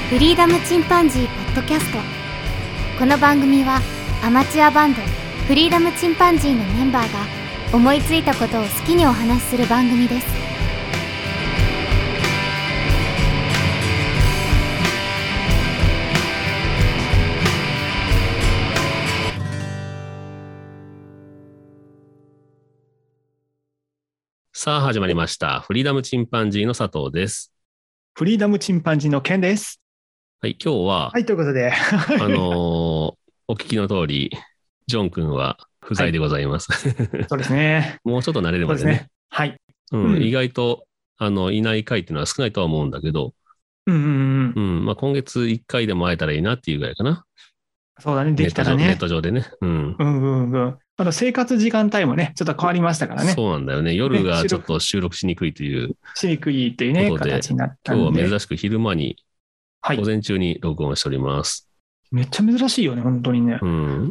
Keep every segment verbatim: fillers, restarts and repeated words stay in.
フリーダムチンパンジーポッドキャスト。この番組はアマチュアバンドフリーダムチンパンジーのメンバーが思いついたことを好きにお話しする番組です。 さあ始まりました。フリーダムチンパンジーの佐藤です。 フリーダムチンパンジーのケンです。 はい、今日は、 はい、ということで、 あのー、お聞きの通り、ジョン君は不在でございます。 はい、そうですね。 もうちょっと慣れるまでね。 ねはい、 うんうん。意外と、あの、いない回っていうのは少ないとは思うんだけど、 うんうんうん。 うん、まあ今月いっかいでも会えたらいいなっていうぐらいかな。 そうだね、できたらね。 ネット上でね。うん。 うんうんうん。あの生活時間帯もね、ちょっと変わりましたからね。 そうなんだよね。夜がちょっと収録しにくいという。 しにくいっていうね、形になったんで。 今日は珍しく昼間に、 はい、 午前中に録音しております。 めっちゃ珍しいよね、本当にね。 うん。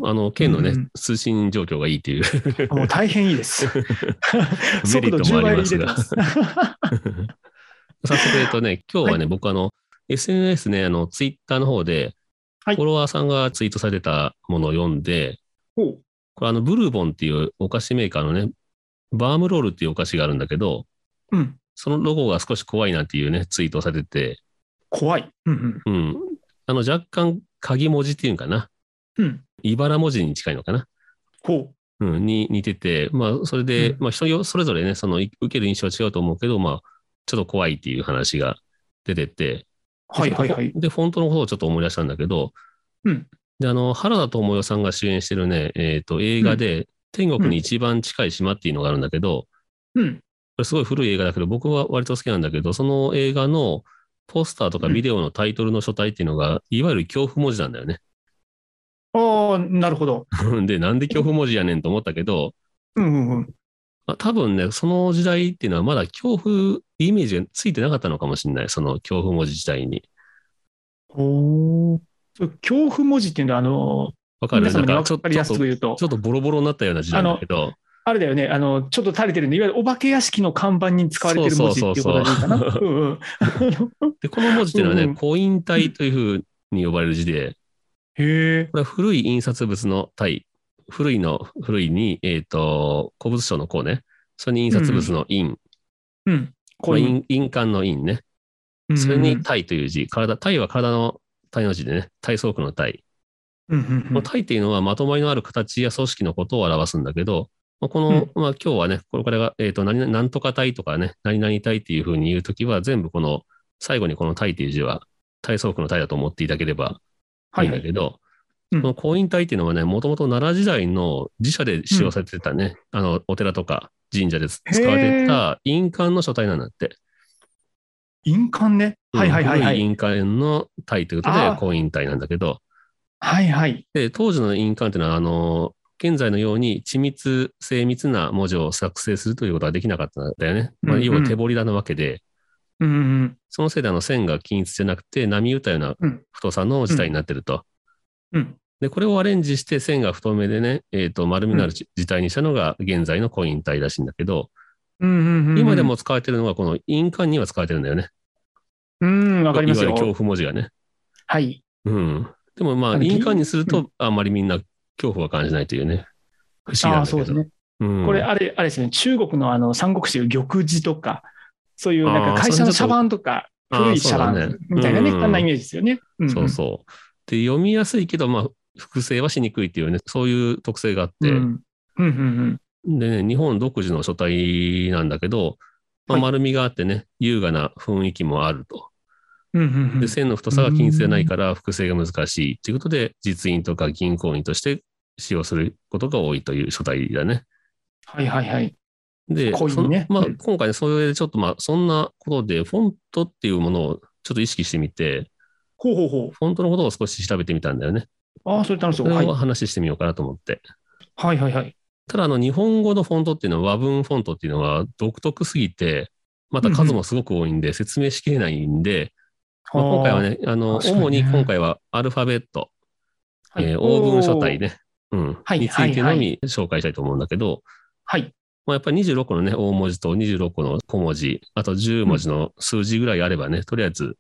あの、県のね、うん、通信状況がいいという。 もう大変いいです。速度じゅうばい入れてます。早速言うとね、今日はね、はい、僕あの、エスエヌエス ね、あの、ツイッターの方で、フォロワーさんがツイートされてたものを読んで、 はい、 これあの、ブルーボンっていうお菓子メーカーのね、バームロールっていうお菓子があるんだけど、 うん、 そのロゴが少し怖いなっていうね、ツイートをされてて、 怖い。うんうん。 うん。あの、若干、鍵文字っていうんかな。 うん。 茨文字に近いのかな。 ほう。うん、に似てて、まあ、それで、うん、まあ、人それぞれね、その、受ける印象は違うと思うけど、まあ、ちょっと怖いっていう話が出てて、 はいはいはい。 で、フォントのことをちょっと思い出したんだけど、 うん。 で、あの、原田知世さんが主演してるね、えっと、映画で、うん、天国に一番近い島っていうのがあるんだけど、 うん。 これすごい古い映画だけど、僕は割と好きなんだけど、その映画のポスターとかビデオのタイトルの書体っていうのが、うん、いわゆる恐怖文字なんだよね。 ああ、なるほど。 で、なんで恐怖文字やねんと思ったけど、 うんうんうん。 まあ、多分ね、その時代っていうのはまだ恐怖イメージがついてなかったのかもしれない。その恐怖文字自体に。 おー。恐怖文字っていうのは、あの、 わかる？ 皆様に分かりやすく言うと。ちょっとボロボロになったような字なんだけど。 あれだよね、あの、ちょっと垂れてるんで、いわゆるお化け屋敷の看板に使われてる文字っていうことでいいかな。 で、この文字っていうのはね、うんうん、コイン体というふうに呼ばれる字で、 へこれは古い印刷物の体、古いの、古いに、えっ、ー、と、古物商の項ね、それに印刷物の印、 うん、うん、 まあ、印、印鑑の印ね、それに体という字、体、体は体の体の字でね、体側句の体。 うんうんうん、 この体っていうのはまとまりのある形や組織のことを表すんだけど、まあ、この、うん、まあ今日はね、これからが、えっ、ー、と、何々、なんとか体とかね、何々体っていうふうに言うときは、全部この、最後にこの体っていう字は、体側句の体だと思っていただければいいんだけど、はいはい、うん、この公印体っていうのはね、もともと奈良時代の寺社で使用されてたね、うん、あの、お寺とか神社で使われてた印鑑の書体なんだって。 印鑑ね。はいはいはい、はい。 古い印鑑の体ということで、公印体なんだけど、 はいはい。 で、当時の印鑑っていうのは、あの、現在のように緻密、精密な文字を作成するということができなかったんだよね。まあ、要は手彫りだなわけで、 うんうん、 そのせいであの線が均一じゃなくて、波打ったような太さの字体になってると。 うんうんで、これをアレンジして線が太めでね、えっと、丸みのある字体にしたのが現在のコイン体らしいんだけど、 うんうんうんうん、 今でも使われてるのがこの印鑑には使われてるんだよね。 うん、わかりますよ。 いわゆる恐怖文字がね。 はい。 うん。でもまあ、印鑑にすると、あんまりみんな恐怖は感じないというね。不思議なんだけど。あ、そうですね。うん、 これ、あれ、あれですね、中国のあの、三国志玉璽とか、そういうなんか会社の茶番とか、古い茶番みたいなね、あんなイメージですよね。 うんうん、そうそう。で、読みやすいけど、まあ、複製はしにくいっていうね、そういう特性があって。 うんうんうんうん、 でね、日本独自の書体なんだけど、まあ、丸みがあってね、はい、優雅な雰囲気もあると。 うんうんうん、 で、線の太さが均一でないから複製が難しいということで、実印とか銀行印として使用することが多いという書体だね。 はいはいはい。 で、 コインね、 まあ、今回ね、それでちょっとまあ、そんなことで、フォントっていうものをちょっと意識してみて、 ほうほうほう。 フォントのことを少し調べてみたんだよね。 ああ、それ楽しそう。 それを話してみようかなと思って。 はいはいはい。 ただ、あの、日本語のフォントっていうのは、和文フォントっていうのは独特すぎて、また数もすごく多いんで、説明しきれないんで、まあ、今回はね、あの、主に今回はアルファベット、はい、えー、欧文書体ね、うん、はい、についてのみ紹介したいと思うんだけど、 はい。 まあ、やっぱりにじゅうろっこのね、大文字とにじゅうろっこの小文字、あとじゅう文字の数字ぐらいあればね、うん、とりあえず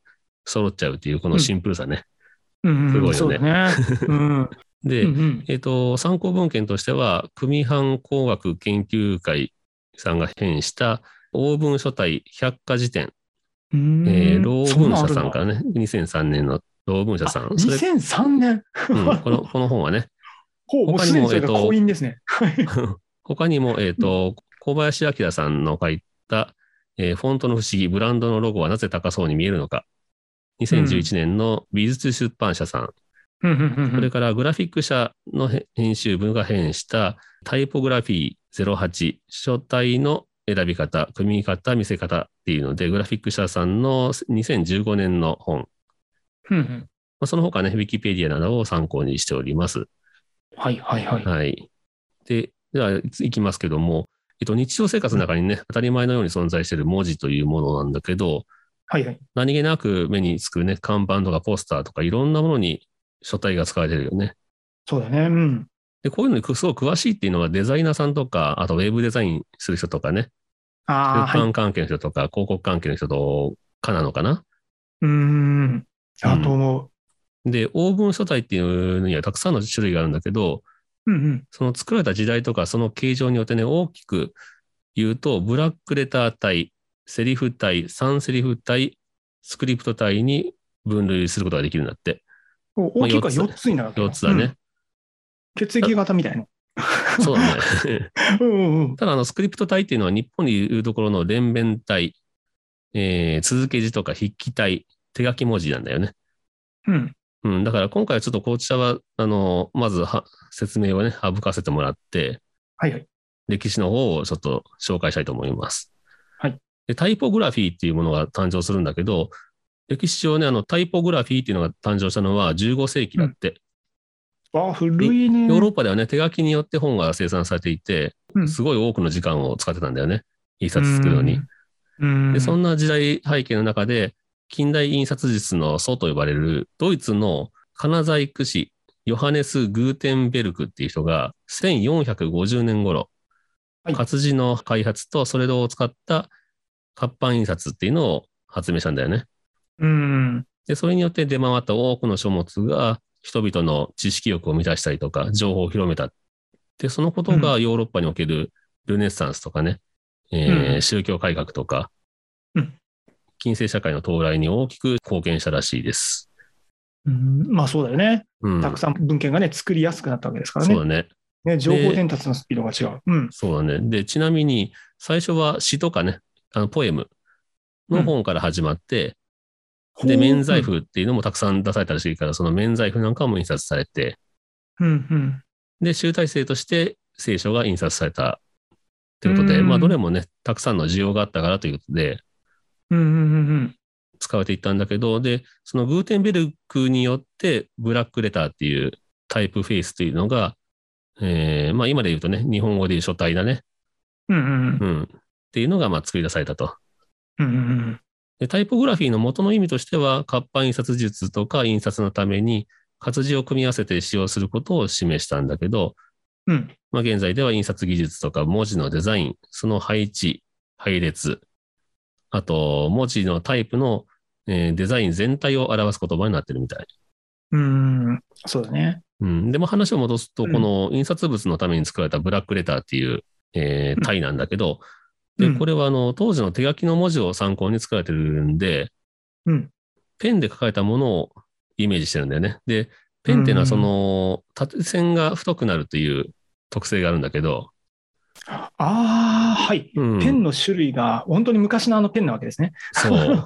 揃っちゃうっていうこのシンプルさね。 うんうん、 すごいよね。 そうだね。うん、 で、 うんうん、 えっと、参考文献としては、組版工学研究会さんが編した欧文書体百科事典、 うーんえー、老文社さんそんなんあるんだ。 からね、にせんさんねんの老文社さん。それ、 にせんさんねん。 うん、この、この本はね、 ほう、もう他にも、 すでにそれがえっと、 婚姻ですね。 他にも、えっと、小林明さんの書いた、えーフォントの不思議、ブランドのロゴはなぜ高そうに見えるのか。にせんじゅういちねんの美術出版社さん。 うんうんうんうんそれからグラフィック社の編集部が編したタイポグラフィーゼロはち、書体の選び方、組み方、見せ方っていうので、グラフィック社さんのにせんじゅうごねんの本。 うんうんまあ、その他ね、ウィキペディアなどを参考にしております。 はいはいはい。 はい。で、では、いきますけども、えっと、日常生活の中にね、当たり前のように存在している文字というものなんだけど、 はいはい。 何気なく目につくね、看板とかポスターとかいろんなものに書体が使われてるよね。 そうだね。うん。 で、こういうのにすごく詳しいっていうのはデザイナーさんとか、あとウェブデザインする人とかね、 ああ、はい。 出版関係の人とか、広告関係の人とかなのかな。 うーん。あと思で、オーブン書体っていうのにはたくさんの種類があるんだけど、 う。うんうん。 その作られた時代とかその形状によってね、大きく言うと、ブラックレター体、セリフ体、サンセリフ体、スクリプト体に分類することができるんだって。 お大きくはよっつになるわけよっつだね。 うん血液型みたいな。 そうだね。 うんうんうん。 ただ、あの、スクリプト体っていうのは日本にいうところの連弁体、えー続け字とか筆記体、手書き文字なんだよね。 うん。 うん。だから今回はちょっとこちらは、あの、まずは説明をね、省かせてもらって、 はいはい。 歴史の方をちょっと紹介したいと思います。 はい。 で、タイポグラフィーっていうものが誕生するんだけど、歴史上ね、あの、タイポグラフィーっていうのが誕生したのはじゅうごせいきだって。 あ、古いね。 ヨーロッパではね、手書きによって本が生産されていて、 うんすごい多くの時間を使ってたんだよね。印刷作るのに。 うん。 で、そんな、 な時代背景の中で、近代印刷術の祖と呼ばれるドイツの金細工師、ヨハネス・グーテンベルクっていう人が、せんよんひゃくごじゅうねん頃、 はい活字の開発とそれを使った活版印刷っていうのを発明したんだよね。 うん。 で、それによって出回った多くの書物が人々の知識欲を満たしたりとか、情報を広めた。で、そのことがヨーロッパにおけるルネッサンスとかね、えー宗教改革とか、 うん近世社会の到来に大きく貢献したらしいです。 うんまあそうだよね。 うん。 たくさん文献がね、作りやすくなったわけですからね。 そうだね。 ね、情報伝達のスピードが違う。うん。 そうだね。で、ちなみに、最初は詩とかね、あの、ポエムの本から始まって、で、免罪符っていうのもたくさん出されたらしいから、その免罪符なんかも印刷されて、 うんうん。 で、集大成として聖書が印刷されたってことで、 うんまあ、どれもね、たくさんの需要があったからということで、 うんうんうん使われていったんだけど、で、そのグーテンベルクによって、ブラックレターっていうタイプフェイスというのが、えー、まあ今で言うとね、日本語でいう書体だね。 うんうんうん。っていうのが、まあ作り出されたと。 うんうんで、タイポグラフィーの元の意味としては、活版印刷術とか印刷のために活字を組み合わせて使用することを示したんだけど、 うんまあ現在では印刷技術とか文字のデザイン、その配置、配列、あと文字のタイプの、えーデザイン全体を表す言葉になってるみたい。 うんうん。そうだね。 うん。でも話を戻すと、 うんこの印刷物のために作られたブラックレターっていう、えー、体なんだけど、で、 うんこれはあの、当時の手書きの文字を参考に作られてるんで、 うんペンで書かれたものをイメージしてるんだよね。で、ペンっていうのはその、縦線が太くなるという特性があるんだけど、 ああ、はい。 うんペンの種類が本当に昔のあのペンなわけですね。 そう。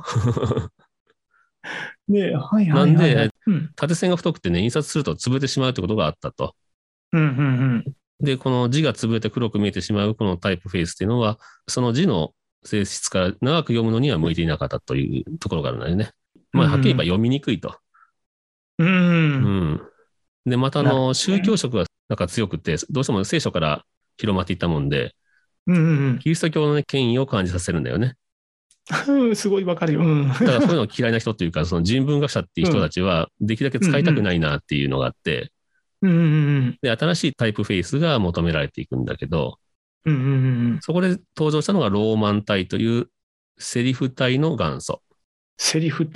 で、はいはないんはいはい。 で、 うん縦線が太くてね、印刷すると潰れてしまうってことがあったと。 うんうんで、この字が潰れて黒く見えてしまうこのタイプフェイスっていうのは、その字の性質から長く読むのには向いていなかったというところがあるんだよね。まあ、はっきり言えば読みにくいと。 うん。う。 うんん。で、またあの、 なるほどね宗教色がなんか強くて、どうしても聖書から広まっていったもんで、 うんうんキリスト教のね、権威を感じさせるんだよね。 うん。すごいわかるよ。うん。 だからそういうの嫌いな人っていうか、その人文学者っていう人たちは、できるだけ使いたくないなっていうのがあって、 うんうんで、新しいタイプフェイスが求められていくんだけど、 うん。うんうんうん。 そこで登場したのがローマン体というセリフ体の元祖。 セリフ体。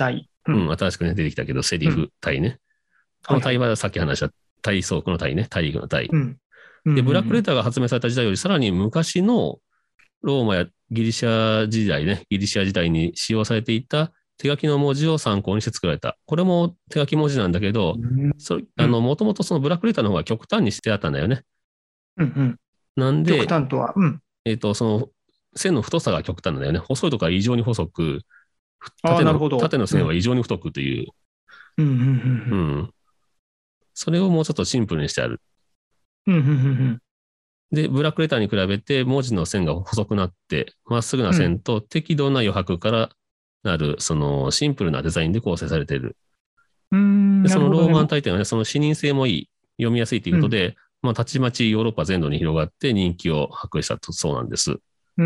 うん、新しくね、出てきたけど、セリフ体ね。この体はさっき話した体操区の体ね、体育の体。 うんで、ブラックレターが発明された時代よりさらに昔のローマやギリシャ時代ね、ギリシャ時代に使用されていた手書きの文字を参考にして作られた。これも手書き文字なんだけど、そあの、もともとそのブラックレターの方が極端にしてあったんだよね。 うんうん。 なんで、 極端とは、うん。 えっと、その線の太さが極端なんだよね。細いところは異常に細く、縦の縦の線は異常に太くという。 うんうんうんうん。 うん。それをもうちょっとシンプルにしてある。 うんうんうんうん。 で、ブラックレターに比べて文字の線が細くなって、まっすぐな線と適度な余白からなる、そのシンプルなデザインで構成されている。 うんで、そのローマン体っていうのはね、その視認性もいい、読みやすいということで、うん、まあ、たちまちヨーロッパ全土に広がって人気を博したとそうなんです。 うん、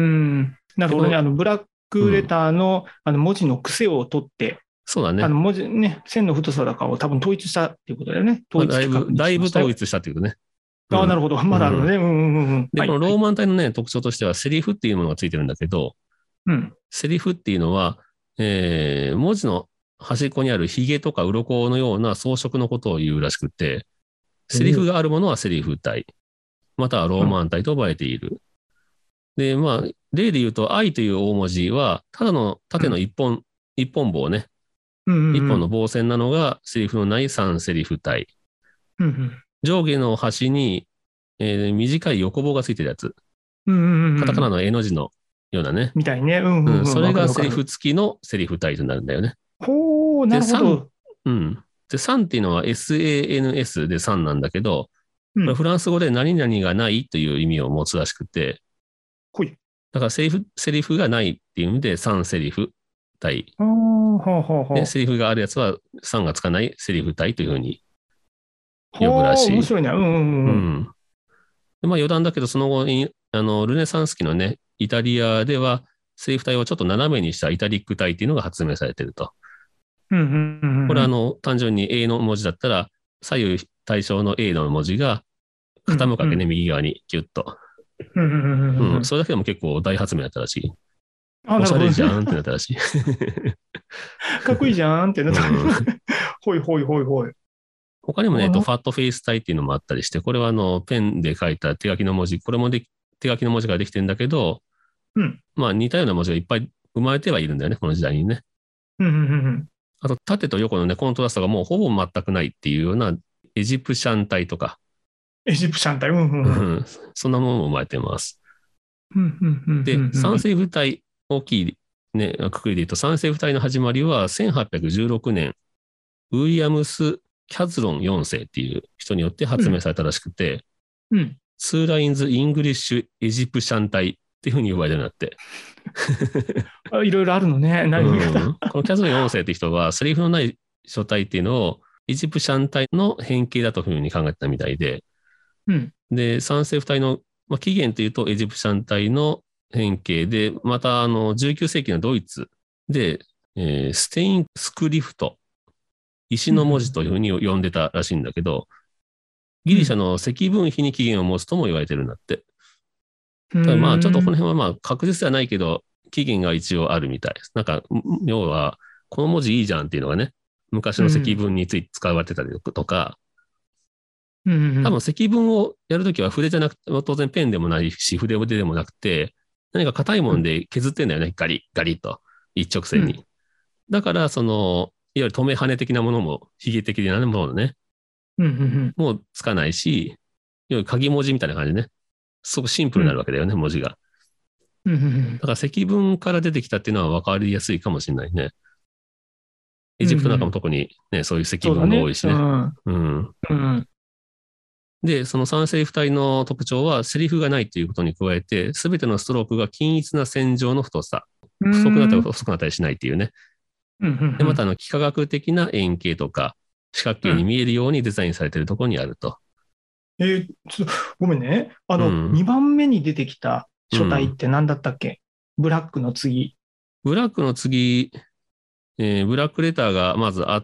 なるほどね。あの、ブラックレターの、うん、あの文字の癖を取って、 そうだね。 あの文字ね、線の太さだかを多分統一したっていうことだよね。統一、 まあ、だいぶ、だいぶ統一したっていうことね。 うん、ああ、なるほど。まだあるのね。うんうんうんうん。 で、このローマン体のね、特徴としては、セリフっていうものがついてるんだけど、 うん、 セリフっていうのは、えー、文字の端っこにあるヒゲとか鱗のような装飾のことを言うらしくて、セリフがあるものはセリフ体、またはローマン体と呼ばれている。うん、で、まあ、例で言うと、愛という大文字は、ただの縦の一本、うん、一本棒ね。 うんうんうん、 一本の棒線なのがセリフのない三セリフ体。 うんうん、 上下の端に、えー、短い横棒がついてるやつ。 うんうんうん、 カタカナの絵の字のようなね。 みたいね。うんうんうんうん、それがセリフ付きのセリフ体となるんだよね。 ほー、なるほど。 うん。で、さんっていうのは サン でさんなんだけど、これフランス語で何々がないという意味を持つらしくて、 ほい。 だからセリフ、セリフがないっていう意味でさんセリフ体。で、セリフがあるやつはさんがつかないセリフ体というふうに呼ぶらしい。 面白いね。うんうんうん。 うんでまあ余談だけど、その後に、あの、ルネサンス期のね、イタリアでは、セリフ体をちょっと斜めにしたイタリック体っていうのが発明されていると。 うんうんうんうん、 これはあの、単純に A の文字だったら、左右対称の A の文字が傾くわけね、うんうん、右側にギュッと。 うんうんうんうんうん。それだけでも結構大発明だったらしい。 あ、 おしゃれじゃんってなったらしい。 かっこいいじゃんってなった。うん、ほいほいほいほい。 他にもね、えっと、ファットフェイス体っていうのもあったりして、これはあの、ペンで書いた手書きの文字、これもで手書きの文字ができてるんだけど、 うん、 まあ似たような文字がいっぱい生まれてはいるんだよね、この時代にね。 うんうんうん、 あと、縦と横のね、コントラストがもうほぼ全くないっていうようなエジプシャン体とか。 エジプシャン体、うんうんうん、 そんなものも生まれてます。 うんうんうんうん、 で、三セリフ体、大きいね、くくりで言うと、三セリフ体の始まりはせんはっぴゃくじゅうろくねん、ウィリアムス・キャズロンよん世っていう人によって発明されたらしくて、 うんうん、 ツーラインズ・イングリッシュ・エジプシャン体っていうふうに呼ばれるようになって。 いろいろあるのね。何うん、このキャズロンよん世って人は、セリフのない書体っていうのをエジプシャン体の変形だというふうに考えてたみたいで、 うん、 で、三セリフ体の、まあ、起源というとエジプシャン体の変形で、またあのじゅうきゅう世紀のドイツで、えー、ステインスクリフト、石の文字というふうに呼んでたらしいんだけど、ギリシャの積分比に起源を持つとも言われてるんだって。ただまあちょっとこの辺はまあ確実ではないけど、起源が一応あるみたいです。なんか、要は、この文字いいじゃんっていうのがね、昔の積分について使われてたりとか、多分積分をやるときは筆じゃなくて、当然ペンでもないし、筆筆でもなくて、何か硬いもんで削ってんだよね、ガリッ、ガリッと、一直線に。うん、だから、その、いわゆる止め跳ね的なものも、ヒゲ的なものね、 うんうんうん、 もうつかないし、いわゆる鍵文字みたいな感じでね、すごくシンプルになるわけだよね、うん、文字が。 うんうんうん、 だから積分から出てきたっていうのは分かりやすいかもしれないね。エジプトなんかも特にね、そういう積分が多いしね。うんうんうん、で、その三セリフ体の特徴は、セリフがないということに加えて、すべてのストロークが均一な線状の太さ。細くなったり細くなったりしないっていうね。 うんうんうん、 で、また、あの、幾何学的な円形とか、四角形に見えるようにデザインされているところにあると。 うん、えー、ちょっとごめんね。あの、うん、にばんめに出てきた書体って何だったっけ、うん、ブラックの次。 ブラックの次、えー、ブラックレターがまずあって、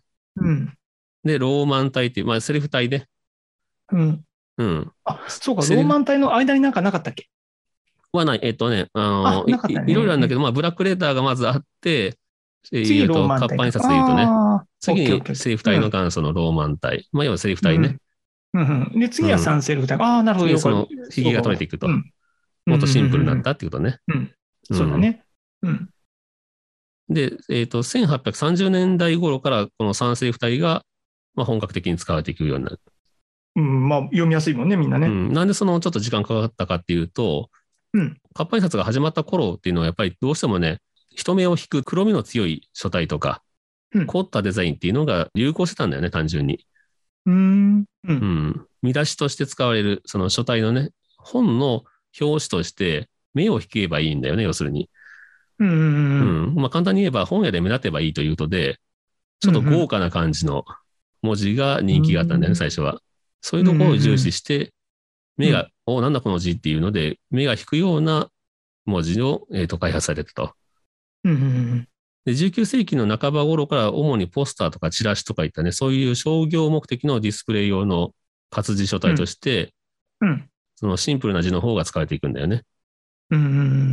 うん、 で、ローマン体っていう、まあ、セリフ体ね。 うん。 うん。 あ、そうか、ローマン体の間になんかなかったっけはない。えっとね、あの、あ、ね、い, いろいろあるんだけど、まあ、ブラックレターがまずあって、 次ローマン体。 活版印刷で言うとね、次にオッケーオッケーセリフ体の元祖のローマン体。まあ、要はセリフ体ね。 うんうん、で、次はさんセリフ体。ああ、なるほど。 次その、ひげが取れていくと。 うん、 もっとシンプルになったっていうことね。 うん。そうだね。うん。 で、えっと、せんはっぴゃくさんじゅうねんだい頃からこのさんセリフ体が、まあ、本格的に使われていくようになる。 うん、まあ、読みやすいもんね、みんなね。 うん。なんでそのちょっと時間かかったかっていうと、 うん。 活版印刷が始まった頃っていうのはやっぱりどうしてもね、人目を引く黒みの強い書体とか、 うん、 凝ったデザインっていうのが流行してたんだよね、単純に。 うん。 うん。見出しとして使われる、その書体のね、本の表紙として目を引けばいいんだよね、要するに。 うん。 うん。まあ簡単に言えば本屋で目立てばいいというとで、ちょっと豪華な感じの文字が人気があったんだよね、最初は。そういうところを重視して、目が、お、なんだこの字っていうので、目が引くような文字を、えー、と開発されたと。で、じゅうきゅうせいきの半ば頃から主にポスターとかチラシとかいったね、そういう商業目的のディスプレイ用の活字書体として、 うんうん、 そのシンプルな字の方が使われていくんだよね。 うんうん、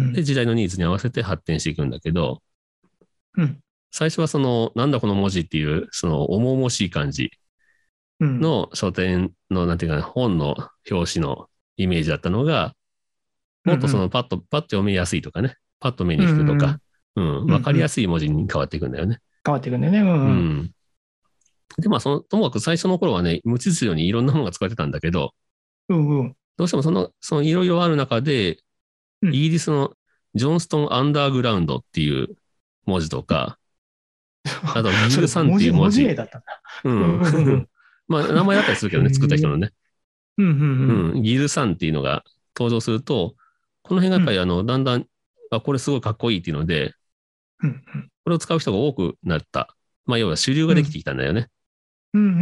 で、時代のニーズに合わせて発展していくんだけど、 うん、 最初はその、なんだこの文字っていう、その重々しい感じの書店の、なんていうかな、本の表紙のイメージだったのが、もっとそのパッと、パッと読みやすいとかね、パッと目に引くとか、うん、わかりやすい文字に変わっていくんだよね。 変わっていくんだよね。うん。うん、 で、まあ、その、ともかく最初の頃はね、無秩序にいろんなものが使われてたんだけど、 うんうん、 どうしてもその、そのいろいろある中で、イギリスのジョンストン・アンダーグラウンドっていう文字とか、あと、ギルサンっていう文字。 文字名だったんだ。 うん。まあ、名前だったりするけどね、作った人のね。 うんうんうん。ギルサンっていうのが登場すると、この辺がやっぱりあの、だんだん、あ、これすごいかっこいいっていうので、 うんうん、 これを使う人が多くなった。まあ、要は主流ができてきたんだよね。 うんうんうんうん、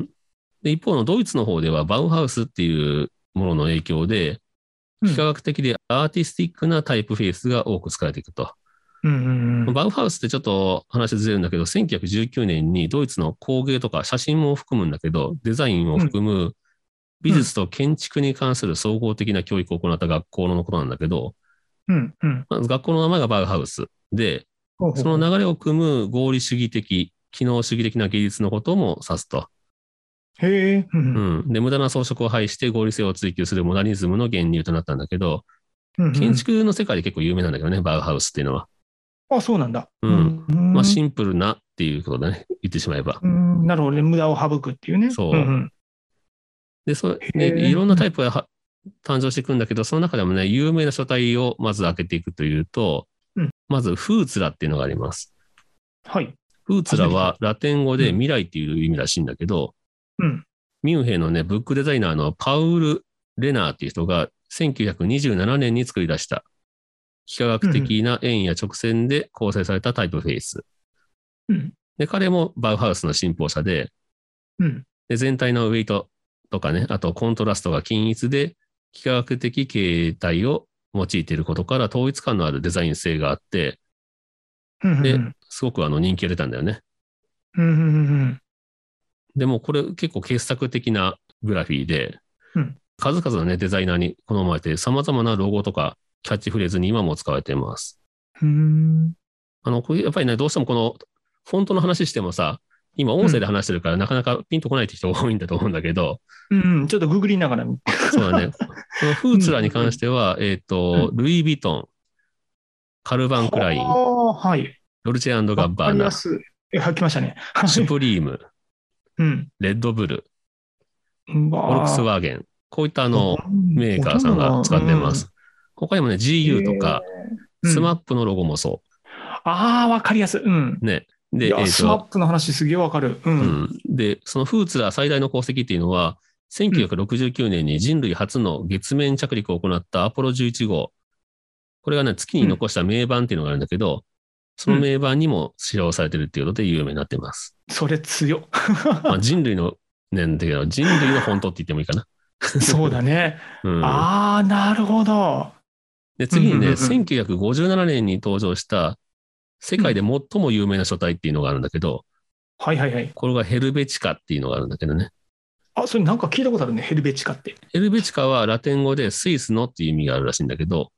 で、一方のドイツの方では、バウハウスっていうものの影響で、幾何学的でアーティスティックなタイプフェイスが多く使われていくと。 うんうんうん、 バウハウスってちょっと話ずれるんだけど、せんきゅうひゃくじゅうきゅうねんにドイツの工芸とか写真も含むんだけど、デザインを含む美術と建築に関する総合的な教育を行った学校のことなんだけど、 うんうん、 まず学校の名前がバウハウスで、その流れを組む合理主義的、機能主義的な技術のことも指すと。 へえ、うんうん。で、無駄な装飾を排して合理性を追求するモダニズムの源流となったんだけど、うんうん、建築の世界で結構有名なんだけどね、バウハウスっていうのは。 あ、そうなんだ。 うん。うんまあ、シンプルなっていうことだね。言ってしまえば。 うん、なるほどね。無駄を省くっていうね。 そう。うんうん、で、それ、ね、いろんなタイプがは誕生していくんだけど、その中でもね、有名な書体をまず開けていくというと、うん、まず、フーツラっていうのがあります。 はい。 フーツラはラテン語で未来っていう意味らしいんだけど、うん、ミュンヘンのね、ブックデザイナーのパウル・レナーっていう人がせんきゅうひゃくにじゅうななねんに作り出した幾何学的な円や直線で構成されたタイプフェイス。うん、で、彼もバウハウスの信奉者で、うん、で全体のウェイトとかね、あとコントラストが均一で、幾何学的形態を用いていることから統一感のあるデザイン性があって、で、すごくあの人気が出たんだよね。 うんうんうん、 でもこれ結構傑作的なグラフィーで、 うん、 数々のね、デザイナーに好まれて、様々なロゴとかキャッチフレーズに今も使われています。 うんあの、これやっぱりね、どうしてもこのフォントの話してもさ、今音声で話してるから、なかなかピンとこないって人が多いんだと思うんだけど。 うん、ちょっとググりながら。 そうだね。このフーツラに関しては、えっと、ルイ・ヴィトン、カルバン・クライン、 はい、 ドルチェ&ガッバーナ、 え、来ましたね。 シュプリーム、 うん、 レッドブル、フォルクスワーゲン、こういったあのメーカーさんが使っています。他にもね、ジーユー とか、スマップのロゴもそう。 ああ、わかりやすい。うん。 ね。で、 えー、スマップの話すげえわかる、うん。 うん。で、そのフーツラ最大の功績っていうのは、せんきゅうひゃくろくじゅうきゅうねんに人類初の月面着陸を行ったアポロじゅういち号。これがね、月に残した名板っていうのがあるんだけど、うん、その名板にも使用されてるっていうことで有名になっています。 それ強っ。 まあ人類の年だけど、人類のフォントって言ってもいいかな。 そうだね。うん、ああ、なるほど。 で、次にね、せんきゅうひゃくごじゅうななねんに登場した世界で最も有名な書体っていうのがあるんだけど、 うん、はいはいはい。 これがヘルベチカっていうのがあるんだけどね。 あ、それなんか聞いたことあるね、ヘルベチカって。 ヘルベチカはラテン語でスイスのっていう意味があるらしいんだけど、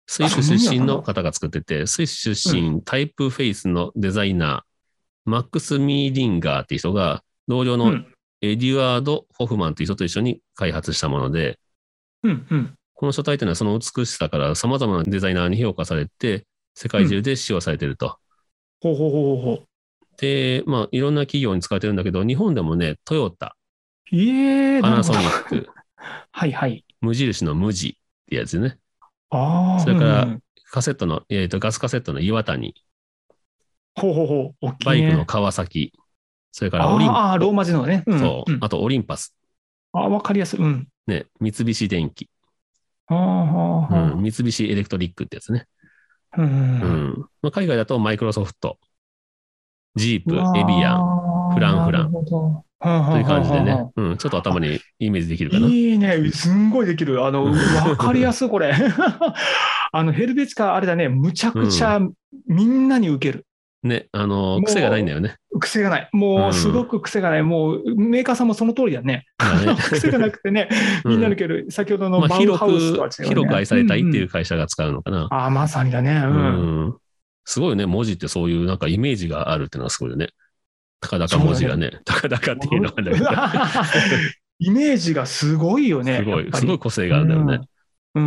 スイス出身の方が作ってて、スイス出身、うん、タイプフェイスのデザイナー、マックス・ミーディンガーっていう人が、同僚のエデュワード・ホフマンという人と一緒に開発したもので、 うんうん、 この書体というのはその美しさから様々なデザイナーに評価されて、世界中で使用されていると。 うん、ほうほうほうほう。 で、まあ、いろんな企業に使われてるんだけど、日本でもね、トヨタ、 えー、 パナソニック、 はいはい。 無印の無地ってやつね。 あそれから、カセットの、えーと、ガスカセットの岩谷。 ほうほうほう。大きいね。 バイクの川崎。それからオリンパス。 ああ、ローマ字のね。 うん、そう。あと、オリンパス。 ああ、わかりやすい。うん。 ね、三菱電機。 ああ、 うん、三菱エレクトリックってやつね。 うん。うんまあ、海外だとマイクロソフト、ジープ、エビアン、フランフラン。という感じでね、うん、ちょっと頭にイメージできるかな。 いいね、すんごいできる。あの、わかりやすい、これ。あの、ヘルベチカ、あれだね、むちゃくちゃみんなに受ける。 うん、ね、あの、癖がないんだよね。 癖がない。もう、すごく癖がない。うん、もう、メーカーさんもその通りだね。ね癖がなくてね、みんなに受ける。うん、先ほどのバウハウスとは違う、ね、 広く愛されたいっていう会社が使うのかな。うんうん、 ああ、まさにだね。うん。 うん、すごいね、文字ってそういうなんかイメージがあるっていうのはすごいよね。たかだか文字がね、たかだかっていうのがね。 イメージがすごいよね。 すごい、すごい個性があるんだよね。 うん。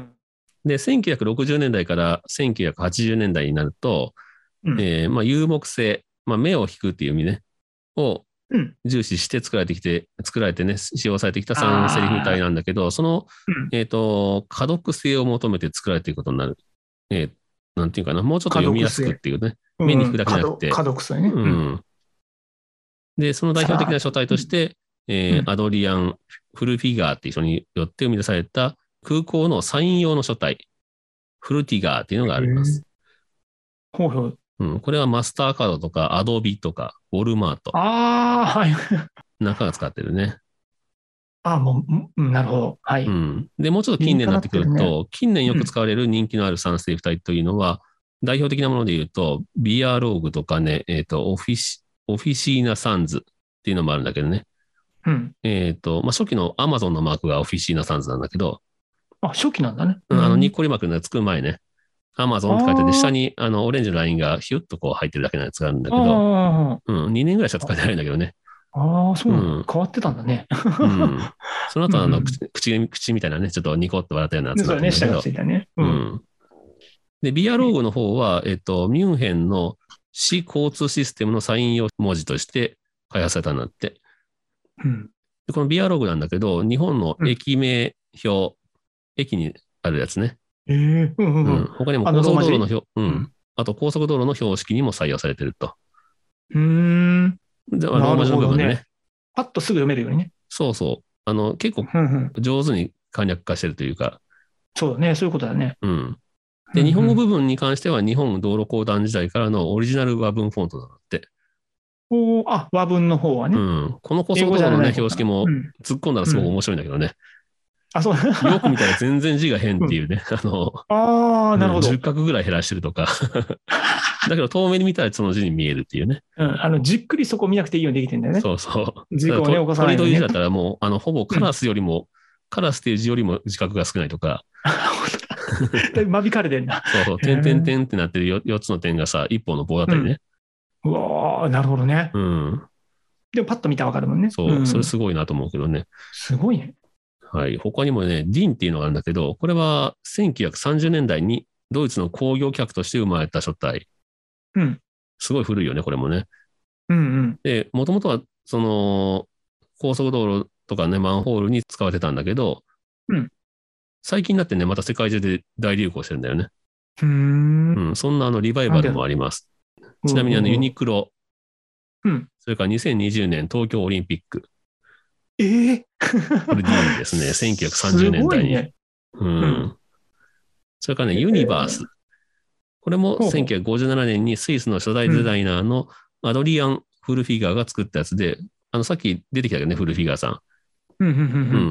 で、せんきゅうひゃくろくじゅうねんだいからせんきゅうひゃくはちじゅうねんだいになると、うん、えー、まあ、有目性、まあ、目を引くっていう意味ね、を重視して作られてきて、作られてね、使用されてきたさんセリフ体なんだけど、その、えっと、可読性を求めて作られていくことになる。えー、なんていうかな、もうちょっと読みやすくっていうね、目に引くだけじゃなくて。 可読性ね。 うん。で、その代表的な書体として、えーうん、アドリアン・フルフィガーっていう人によって生み出された空港のサイン用の書体、フルティガーっていうのがあります。 ほうほう。 うん、これはマスターカードとかアドビとかウォルマート。 ああ、はい。 中が使ってるね。 ああ、もう、なるほど。はい。 うん。で、もうちょっと近年になってくると、ね、近年よく使われる人気のあるさんセリフ体というのは、うん、代表的なもので言うと、ビアローグとかね、えっと、オフィシ、オフィシーナサンズっていうのもあるんだけどね。 うん。 えっと、まあ、初期のアマゾンのマークがオフィシーナサンズなんだけど。 あ、初期なんだね。 うん、あの、ニッコリマークがつく前ね。アマゾンって書いてて、下にあのオレンジのラインがヒュッとこう入ってるだけのやつがあるんだけど、うん、にねんぐらいしか使ってないんだけどね。 ああ、そうなの、うん、変わってたんだね。 うん。その後あの、うん、口、口みたいなね、ちょっとニコッと笑ったようなやつなんだけど。 そうね、下がついたね。 うん。うん、で、ビアローグの方は、えっと、ミュンヘンの市交通システムのサイン用文字として開発されたんだって。 うん。 でこのビアローグなんだけど、日本の駅名表、うん、駅にあるやつね。 ええー、うんうんうん。 他にも高速道路の表、うん。あと高速道路の標識にも採用されてると。 うーん。 で、ローマ字の部分でね。 パッとすぐ読めるようにね。 そうそう。あの、結構上手に簡略化してるというか。 そうだね。そういうことだね。 うん。で、日本語部分に関しては日本道路公団時代からのオリジナル和文フォントだって。 おあ、和文の方はね。 うん。この高速道路のね、標識も突っ込んだらすごく面白いんだけどね。 あ、そう。 よく見たら全然字が変っていうね。うん、あの、 ああ、なるほど。 じゅっ画ぐらい減らしてるとか。だけど遠目に見たらその字に見えるっていうね。 うん。あの、じっくりそこ見なくていいようにできてんだよね。 そうそう。 字をね、起こさないと。鳥という字だったらもう、あの、ほぼカラスよりも、うん、カラスっていう字よりも字画が少ないとか。 間引かれてんだ。 そうそう。点々点ってなってる 4, 4つの点がさ、一本の棒だったりね。 うん、うわー、なるほどね。 うん。 でもパッと見たらわかるもんね。 そう、うん、それすごいなと思うけどね。 すごいね。 はい。他にもね、ディンっていうのがあるんだけど、これはせんきゅうひゃくさんじゅうねんだいにドイツの工業客として生まれた書体。 うん。 すごい古いよね、これもね。 うんうん。 で、もともとは、その、高速道路とかね、マンホールに使われてたんだけど、 うん。 最近になってね、また世界中で大流行してるんだよね。 うーん。 うん。そんなあのリバイバルもあります。ちなみにあのユニクロ。 うん。 それからにせんにじゅうねん東京オリンピック。 ええー、これディーンですね。せんきゅうひゃくさんじゅうねんだいに。ね、うん。うん。それからね、ユニバース。これもせんきゅうひゃくごじゅうななねんにスイスの初代デザイナーのアドリアン・フルフィガーが作ったやつで、あの、さっき出てきたけどね、フルフィガーさん。 うんうんうんうん。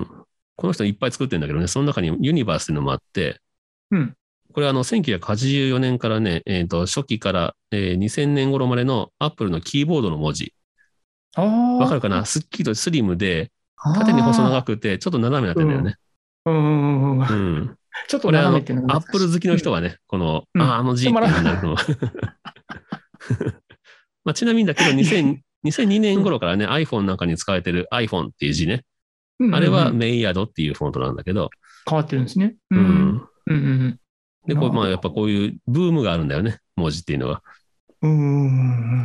この人いっぱい作ってるんだけどね、その中にユニバースっていうのもあって、 うん。 これはあの、せんきゅうひゃくはちじゅうよねんからね、えっと、初期から、えー、にせんねん頃までのアップルのキーボードの文字。 ああ。 わかるかな？スッキリとスリムで、縦に細長くて、ちょっと斜めになってるんだよね。 うんうんうんうん。 ちょっとこれあの、 斜めっていうのがアップル好きの人はね、この、 うんあ、あの字っていうのになるの。まあ、ちなみにだけど、にせんにせんにねん頃からね、iPhone なんかに使われてる iPhone っていう字ね。 うんうんうん、 あれはメイヤードっていうフォントなんだけど。 変わってるんですね。 うん。うんうんうん。 で、こうまあやっぱこういうブームがあるんだよね、文字っていうのは。 うん。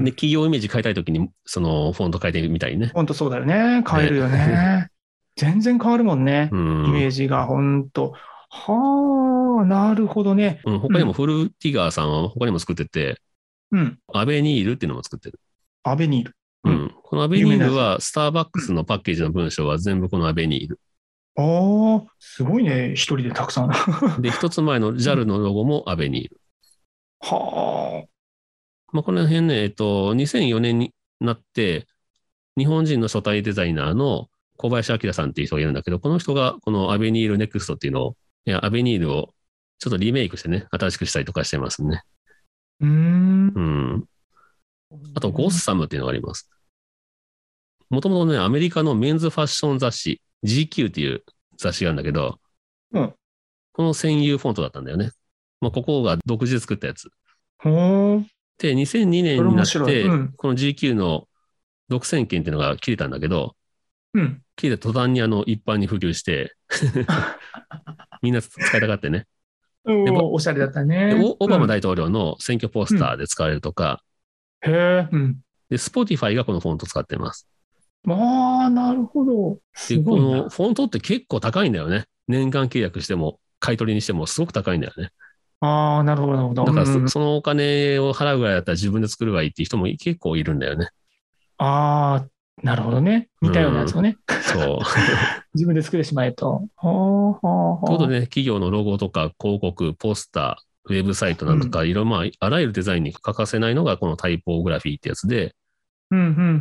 で、企業イメージ変えたいときに、そのフォント変えてみたいね。 本当そうだよね。変えるよね。ね全然変わるもんね。 うん、 イメージが本当。はあ、なるほどね。 うん。他にもフルティガーさんは他にも作ってて、 うん。 アベニールっていうのも作ってる。 アベニール。 うん。うん、このアベニールは、スターバックスのパッケージの文章は全部このアベニール。 ああ、すごいね。一人でたくさん。 で、一つ前の ジャル のロゴもアベニール。 はあ。 まあ、この辺ね、えっと、にせんよねんになって、日本人の書体デザイナーの小林明さんっていう人がいるんだけど、この人がこのアベニールネクストっていうのを、いや、アベニールをちょっとリメイクしてね、新しくしたりとかしてますね。 うーん。 うん。あと、ゴッサムっていうのがあります。もともとね、アメリカのメンズファッション雑誌、ジーキュー っていう雑誌があるんだけど、 うん、 この専用フォントだったんだよね。まあ、ここが独自で作ったやつ。 ほー。 で、にせんにねんになって、 うん、 この ジーキュー の独占権っていうのが切れたんだけど、 うん、 切れた途端にあの一般に普及して、みんな使いたがってね。 お, おしゃれだったね。 オバマ大統領の選挙ポスターで使われるとか、 うん、へえ、うん。 で、Spotify がこのフォントを使ってます。 ああ、なるほど。 で、このフォントって結構高いんだよね。年間契約しても、買い取りにしてもすごく高いんだよね。 ああ、なるほど、なるほど。 だからそ、うん、そのお金を払うぐらいだったら自分で作るわいいっていう人も結構いるんだよね。 ああ、なるほどね。似たようなやつをね。 うん、そう。 自分で作ってしまえと。はあ、はあ。 ということでね、企業のロゴとか広告、ポスター、ウェブサイトなんとか、いろいろまあ、あらゆるデザインに欠かせないのがこのタイポグラフィーってやつで、 うん、うん、うん、うん、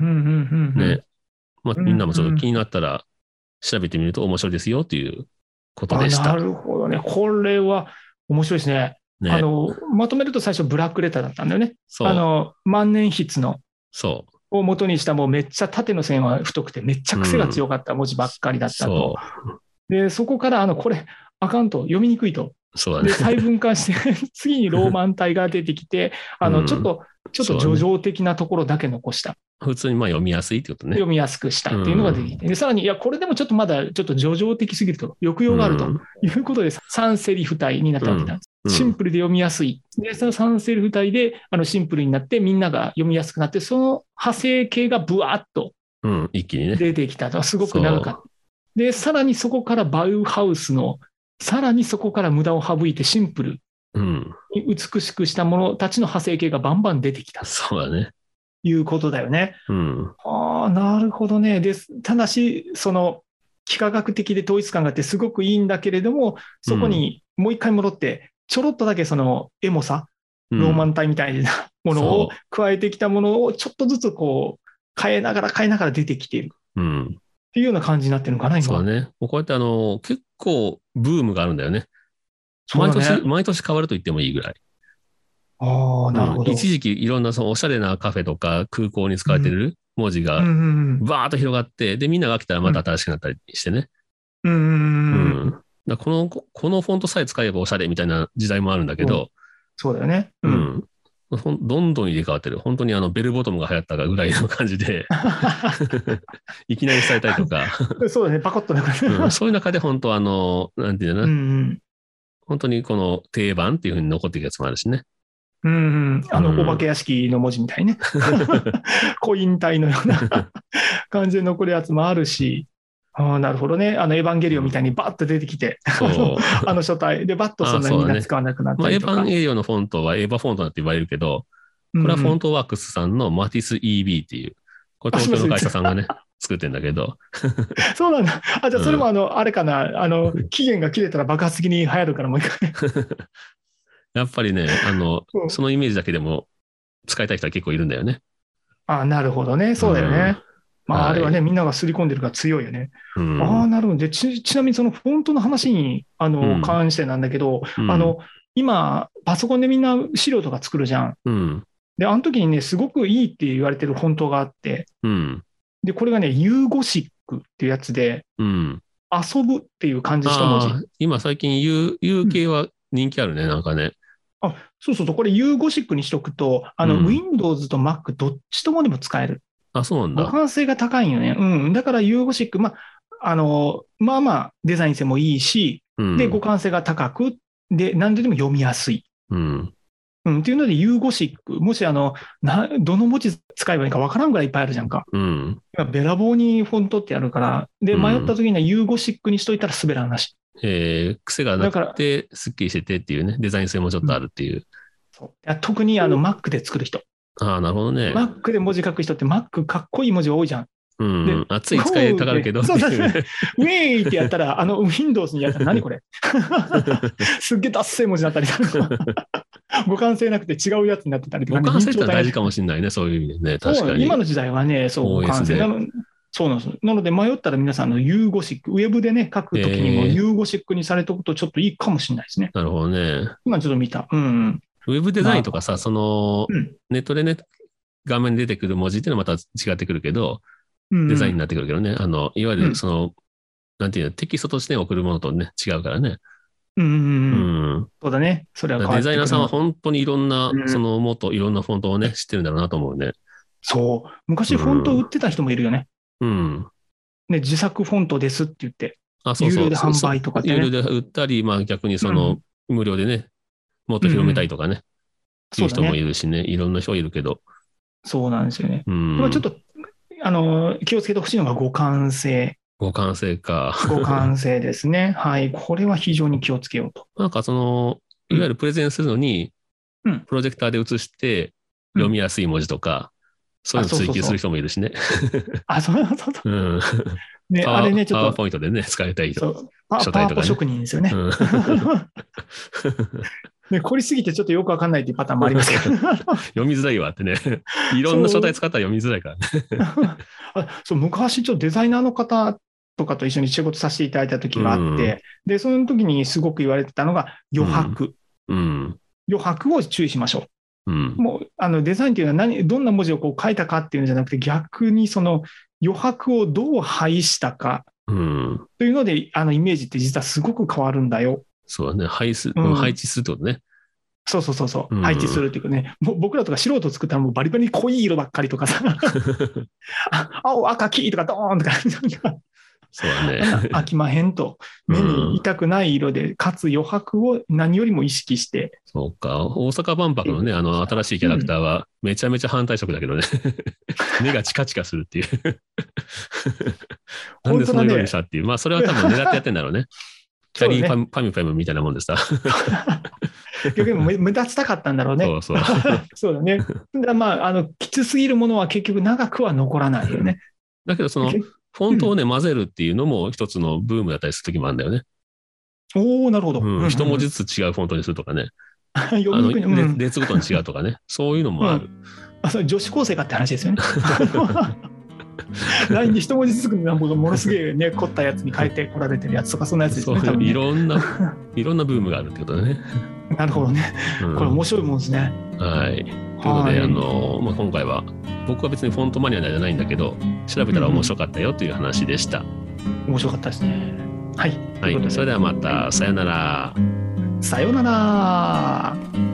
うん。 ね。まあ、みんなもちょっと気になったら調べてみると面白いですよということでした。 なるほどね。これは面白いですね。ね、あのまとめると最初ブラックレターだったんだよね。あの万年筆のそうを元にしたもうめっちゃ縦の線は太くてめっちゃ癖が強かった文字ばっかりだったと。うん、そでそこからあのこれあかんと読みにくいと。 そうだね、 で細分化して次にローマン体が出てきてあのちょっと、うん、ちょっと叙情的なところだけ残した。 普通にまあ読みやすいってことね。 読みやすくしたっていうのが出てきて、うん、でさらに、いや、これでもちょっとまだちょっと叙情的すぎると、抑揚があるということで、さんセリフ体になったわけなんです。うん、シンプルで読みやすい。で、そのさんセリフ体であのシンプルになって、みんなが読みやすくなって、その派生形がブワーッと一気にね出てきたと、すごく長かった。で、さらにそこからバウハウスの、さらにそこから無駄を省いてシンプルに美しくしたものたちの派生形がバンバン出てきた。 そうだね。 いうことだよね。 うん、 ああ、なるほどね。です。ただし、その、幾何学的で統一感があってすごくいいんだけれども、そこにもう一回戻って、ちょろっとだけそのエモさ、うん、ローマン体みたいなものを加えてきたものをちょっとずつこう、変えながら変えながら出てきている。 うん。 っていうような感じになってるのかな、今。 そうだね。こうやってあの、結構ブームがあるんだよね。毎年、ね、毎年変わると言ってもいいぐらい。 ああ、なるほど。 うん、一時期いろんなそのおしゃれなカフェとか空港に使われてる文字がバーッと広がって、で、みんなが飽きたらまた新しくなったりしてね。 うん。うんうんだこの、このフォントさえ使えばおしゃれみたいな時代もあるんだけど。 そうだよね。 うん。うん、どんどん入れ替わってる。本当にあのベルボトムが流行ったぐらいの感じで、いきなり伝えたりとか。 そうだね、パコッとね、 うん。そういう中で本当あの、なんていうのかな、うん。本当にこの定番っていう風に残っていくやつもあるしね。 うんうん、あの、お化け屋敷の文字みたいね。コイン体のような感じで残るやつもあるし、ああ、なるほどね。あの、エヴァンゲリオンみたいにバッと出てきて、あの書体でバッとそんなにみんな使わなくなったりとか。 まあ、エヴァンゲリオンのフォントはエヴァフォントなんて言われるけど、これはフォントワークスさんのマティス イービー っていう、これ東京の会社さんがね、作ってるんだけど。 そうなんだ。あ、じゃあそれもあの、うん、あれかな、あの、期限が切れたら爆発的に流行るからもう一回。 やっぱりね、あの、うん、そのイメージだけでも使いたい人は結構いるんだよね。 ああ、なるほどね。そうだよね。うん、まあ、はい、あれはね、みんなが刷り込んでるから強いよね。うん、ああ、なるほど。でち、ちなみにそのフォントの話に、あの、うん、関してなんだけど、うん、あの、今、パソコンでみんな資料とか作るじゃん。 うん、 で、あの時にね、すごくいいって言われてるフォントがあって、 うん、 で、これがね、ユーゴシックっていうやつで、 うん、 遊ぶっていう漢字一文字。 ああ、今最近 U、U 系は人気あるね、なんかね。 あ、そうそうそう、これ ユーゴシックにしとくと、あの、 うん Windows と Mac どっちともでも使える。 あ、そうなんだ。 互換性が高いんよね。うん。だから ユーゴシック、まあ、あの、まあまあ、デザイン性もいいし、 うん。 で、互換性が高く、で、何ででも読みやすい。 うん。 うん。っていうので、ユーゴシック、もしあの、な、どの文字使えばいいかわからんぐらいいっぱいあるじゃんか。 うん。 今べらぼうにフォントってあるから、で、 うん迷った時にはユーゴシックにしといたら滑らんなし。 えー、癖がなだからくて、すっきりしててっていうね、デザイン性もちょっとあるっていう。 そう特にあの Mac で作る人。 ああ、なるほどね。 Mac で文字書く人って Mac かっこいい文字多いじゃん。 うん。 で熱い使いたがるけどってそうそうそういうね。 ウェーイってやったら、あの Windows にやったら何これすっげえダッセー文字だったりとか、互換性なくて違うやつになってたりとか、 互換性って大事かももしれないね、そういう意味でね。 そう確かに。 今の時代はね、そう、互換オーエス で性なの。そうなんです。なので迷ったら皆さんのユーゴシック、ウェブでね、書くときにもえーユーゴシックにされておくとちょっといいかもしれないですね。 なるほどね。 今ちょっと見た。うんうん。 ウェブデザインとかさ、その、 うんネットでね、画面に出てくる文字っていうのはまた違ってくるけど、 うんうんデザインになってくるけどね。あの、いわゆうんるその、なんていうの、テキストとして送るものとね、違うからね。ううんうんうん。 ん。 そうだね。それは変わってくるデザイナーさんは本当にいろんなう、んその、もっといろんなフォントをね、知ってるんだろうなと思うね。 そう。昔フォント売ってた人もいるよね。 うん。 ね、自作フォントですって言って。 あ、そうそう。 有料で販売とかってね有料で売ったり、まあ逆にその、無料でね、もっと広めたいとかね、ってそだいうう人もいね。 るしね、いろんな人いるけど。 そうなんですよね。 うん。 でもちょっと、あの、気をつけてほしいのが互換性。 互換性か。 互換性ですね。はい。これは非常に気をつけようと。 なんかその、いわゆるプレゼンするのに、 うんプロジェクターで映して読みやすい文字とか、そういうのを追求する人もいるしね。 あ、そうそうそう。 うん。 ね、 パワーあれね、ちパワーょっと、 ポイントでね、使いたいと。 そうパ書体とかねパワポ職人ですよね。 うんね、凝りすぎてちょっとよくわかんないっていうパターンもありますけど。 読みづらいわってね。いろんな書体使ったら読みづらいからね。 あそう昔、ちょっとデザイナーの方とかと一緒に仕事させていただいた時があって、で、その時にすごく言われてたのが余白。 うん。 余白を注意しましょう。 うん。 もうあのデザインっていうのは何、どんな文字をこう書いたかっていうんじゃなくて、逆にその余白をどう配したかうん。 というので、あのイメージって実はすごく変わるんだよ。 そうだね。配す、 うん配置するってことね。 そうそうそうそう、 うん配置するっていうかね、もう僕らとか素人作ったらもうバリバリ濃い色ばっかりとかさ、あ青、赤、黄とかドーンとか、 そうだね。 飽きまへんと、目に痛くない色で、かつ余白を何よりも意識して。 そうか。大阪万博のね、あの、新しいキャラクターは、めちゃめちゃ反対色だけどね。目がチカチカするっていう。なんでその色にしたっていう。まあ、それは多分狙ってやってんだろうね。キャリーパム、パミュパムみたいなもんでさ。 逆に目目立ちたかったんだろうね。 そうそう。 そうだね。だまあ、あの、きつすぎるものは結局長くは残らないよね。 だけど、その、フォントをね、混ぜるっていうのも一つのブームだったりする時もあるんだよね。 おおなるほど。 うん。一文字ずつ違うフォントにするとかね。 読みにくい、 あの、列ごとに違うとかね。そういうのもある。 あ、それ女子高生かって話ですよね。ライン で一文字ずつのものすげえね、凝ったやつに変えてこられてるやつとか、そんなやつですね。 そうい多分ねろんな、いろんなブームがあるってことだね。 なるほどね。 うんこれ面白いもんですね。 はい。ということで、あの、まあ、今回は、僕は別にフォントマニアじゃないんだけど、調べたら面白かったよという話でした。 面白かったですね。はい。 はい。それではまた、さよなら。 さよなら。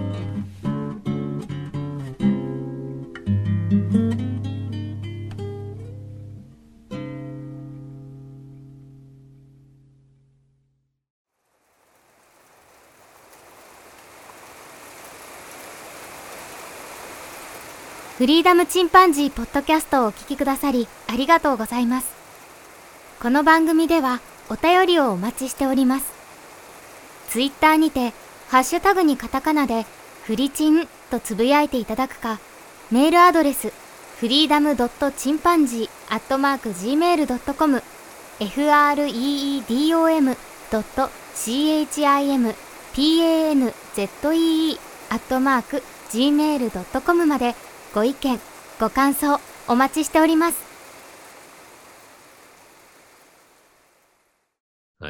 フリーダムチンパンジーポッドキャストをお聞きくださりありがとうございます。この番組ではお便りをお待ちしております。ツイッターにてハッシュタグにカタカナでフリチンとつぶやいていただくか、メールアドレスフリーダムドットチンパンジーアットマークジーメールドットコム フリーダムドットチンパンジーアットマークジーメールドットコムまでご意見、ご感想お待ちしております。 はい。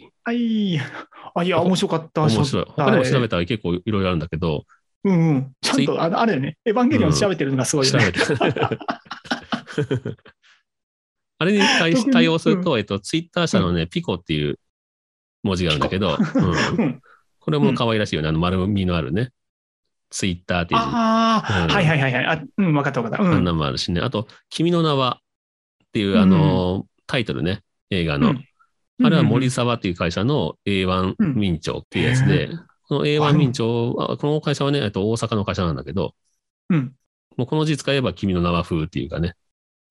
はい。あ、いや、面白かった。 面白い。他にも調べたら結構いろいろあるんだけど。 うんうん。ちゃんと、ああれよね。エヴァンゲリオン調べてるのがすごいよね。 調べてあれに対し特に対応すると、えっと、ツイッター社のね、ピコっていう文字があるんだけど、うんうんこれも可愛らしいよね。あの丸みのあるね。ツイッターっていう字。 ああ、 うんはいはいはいはい。あ、うん、わかったわかった。うあんん。 なのもあるしね。あと、君の名はっていう、 うんあの、タイトルね。映画の。 うんあれは森うん沢っていう会社の エーワンうん民調っていうやつで、この エーワンあ民調は、この会社はね、えっと大阪の会社なんだけど、 うん。 もうこの字使えば君の名は風っていうかね。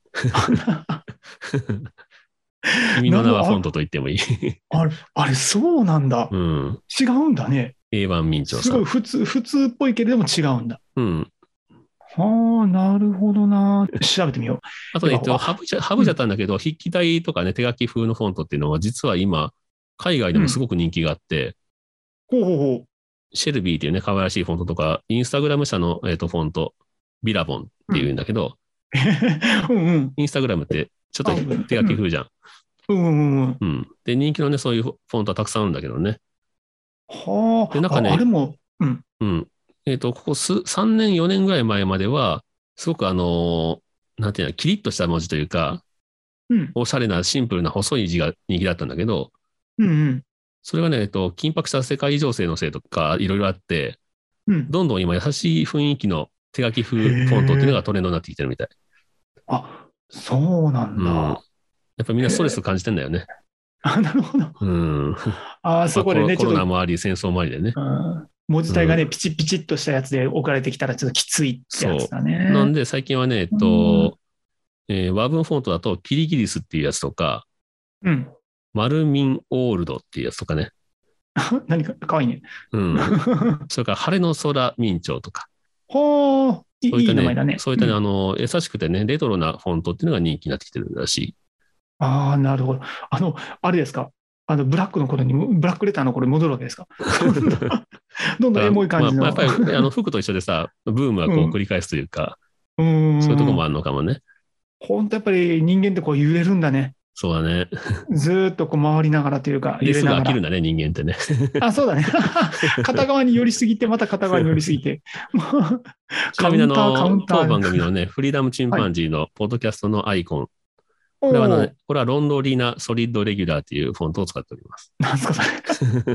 君の名はフォントと言ってもいい。 あれ、あれ、そうなんだう。ん。 違うんだね。 エーワン 民調すごいさん。 普通、普通っぽいけれども違うんだ。 うん。 はあ、なるほどな。調べてみよあとね、えっと、 あハブじゃ、ハブじゃったんだけど、筆記体とかね、手書き風のフォントっていうのは、実は今、海外でもすごく人気があって、 う。ほうほうほシェルビーっていうね、可愛らしいフォントとか、インスタグラム社の、えっと、フォント、ビラボンっていうんだけど、 う。うんうん。 インスタグラムってちょっと手書き風じゃん。 うんうんうん。 うん。で、人気のね、そういうフォントはたくさんあるんだけどね。 はあ。 でなんかねああれも、うん。 うん。えっと、ここすさんねん、よねんぐらい前までは、すごくあのーなんていうの、キリッとした文字というか、 うん。 おしゃれなシンプルな細い字が人気だったんだけど、 うんうん。 それがね、えっと、緊迫した世界情勢のせいとか、いろいろあって、 うん。 どんどん今優しい雰囲気の手書き風フォントっていうのがトレンドになってきてるみたい。 あ、そうなんうん。やだ。 っぱみんなストレス感じてんだよね。 あ、なるほど。 うん。 あ、そこでね、 まあコロコロちょっと、 ナもあり、戦争もありでね。 うん文字体がね、 うんピチピチっとしたやつで置かれてきたらちょっときついってやつだね。 なんで最近はね、えっと、えー和文フォントだとキリギリスっていうやつとか、 うん。 マルミンオールドっていうやつとかね。 何か、かわいいね。 うん。それから晴れの空明朝とか。 はあ、いいそういったねいい名前だね。 そういったね、 うんあの、優しくてね、レトロなフォントっていうのが人気になってきてるらしい。 ああ、なるほど。あの、あれですか。あの、ブラックの頃に、ブラックレターの頃に戻るわけですか。どんどんエモい感じの。 まあ、まあやっぱり、あの、服と一緒でさ、ブームはこう繰り返すというか、 うーん。 そういうとこもあるのかもね。 本当やっぱり人間ってこう揺れるんだね。 そうだね。 ずーっとこう回りながらというか、揺ですぐれながら。 飽きるんだね、人間ってね。 あ、そうだね。片側に寄りすぎて、また片側に寄りすぎて。もうちなみにあカウンター、カウの、 ンター。 当番組のね、フリーダムチンパンジーのポッドキャストのアイコン。これはおーね、これはロンドリーナソリッドレギュラーっていうフォントを使っております。 なんすか、それ。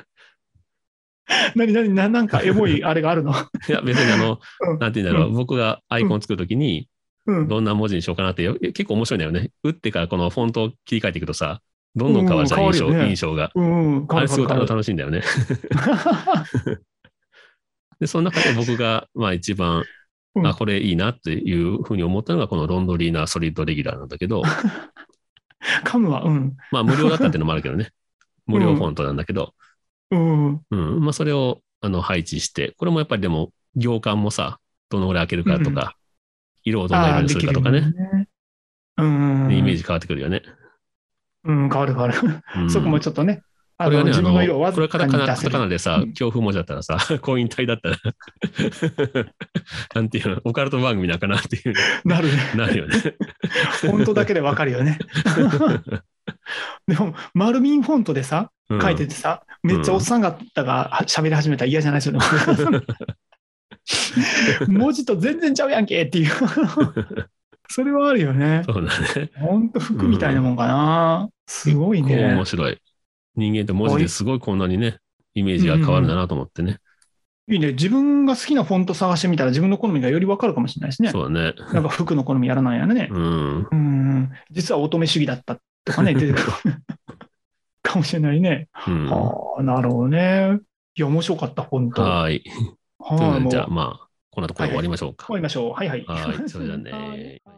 何、何、ななんかエモいあれがあるの。 いや、別にあの、 うんなんて言うんだろう、 う僕がアイコン作るときに、 うん。 どんな文字にしようかなって、よ結構面白いんだよね。打ってからこのフォントを切り替えていくとさ、どんどん変わるじゃん、印象、 うん変わるよね印象が。 うん、 あれすごい変わる変わ楽しいんだよね。 る。 で、その中で僕が、まあ一番、 うんあ、これいいなっていうふうに思ったのが、このロンドリーナソリッドレギュラーなんだけど、 噛むわ、うん。 まあ無料だったっていうのもあるけどね。無料フォントなんだけど、 うん。 うん。まあそれをあの配置して、これもやっぱりでも、行間もさ、どのぐらい開けるかとか、色をどんな色にするかとかね、 あーできるもんね。うん。 イメージ変わってくるよね。 うん、変わる変わる。 うんそこもちょっとね、あのこれがね、あ自分の色をわこれカタずかにカナカタ出せる。 カナでさ、 うん強風文字だったらさ、コイン体だったら、なんていうの、オカルト番組なんかなっていう、 なるね。 なるよね。 フォントだけでわかるよね。でも、マルミンフォントでさ、 うん書いててさ、めっちゃおっさん方が喋り始めたら嫌じゃないですよね。文字と全然ちゃうやんけっていう。それはあるよね。 そうだね。 ほんと服みたいなもんかな。すごいこうね面。白い。人間って文字ですごいこんなにね、イメージが変わるんだなと思ってね。 いいね。自分が好きなフォント探してみたら自分の好みがよりわかるかもしれないですね。 そうだね。 なんか服の好みやらないやね。 うん。 うん。実は乙女主義だったとかね、出てくるかもしれないね。 うん、ははあ、なるほどね。いや、面白かった、本当。はーい。というあ、 ことで、 もうじゃあまあ、こんなところで終わりましょうか。 終わりましょう。はいはい。 はい。それじゃあはいね。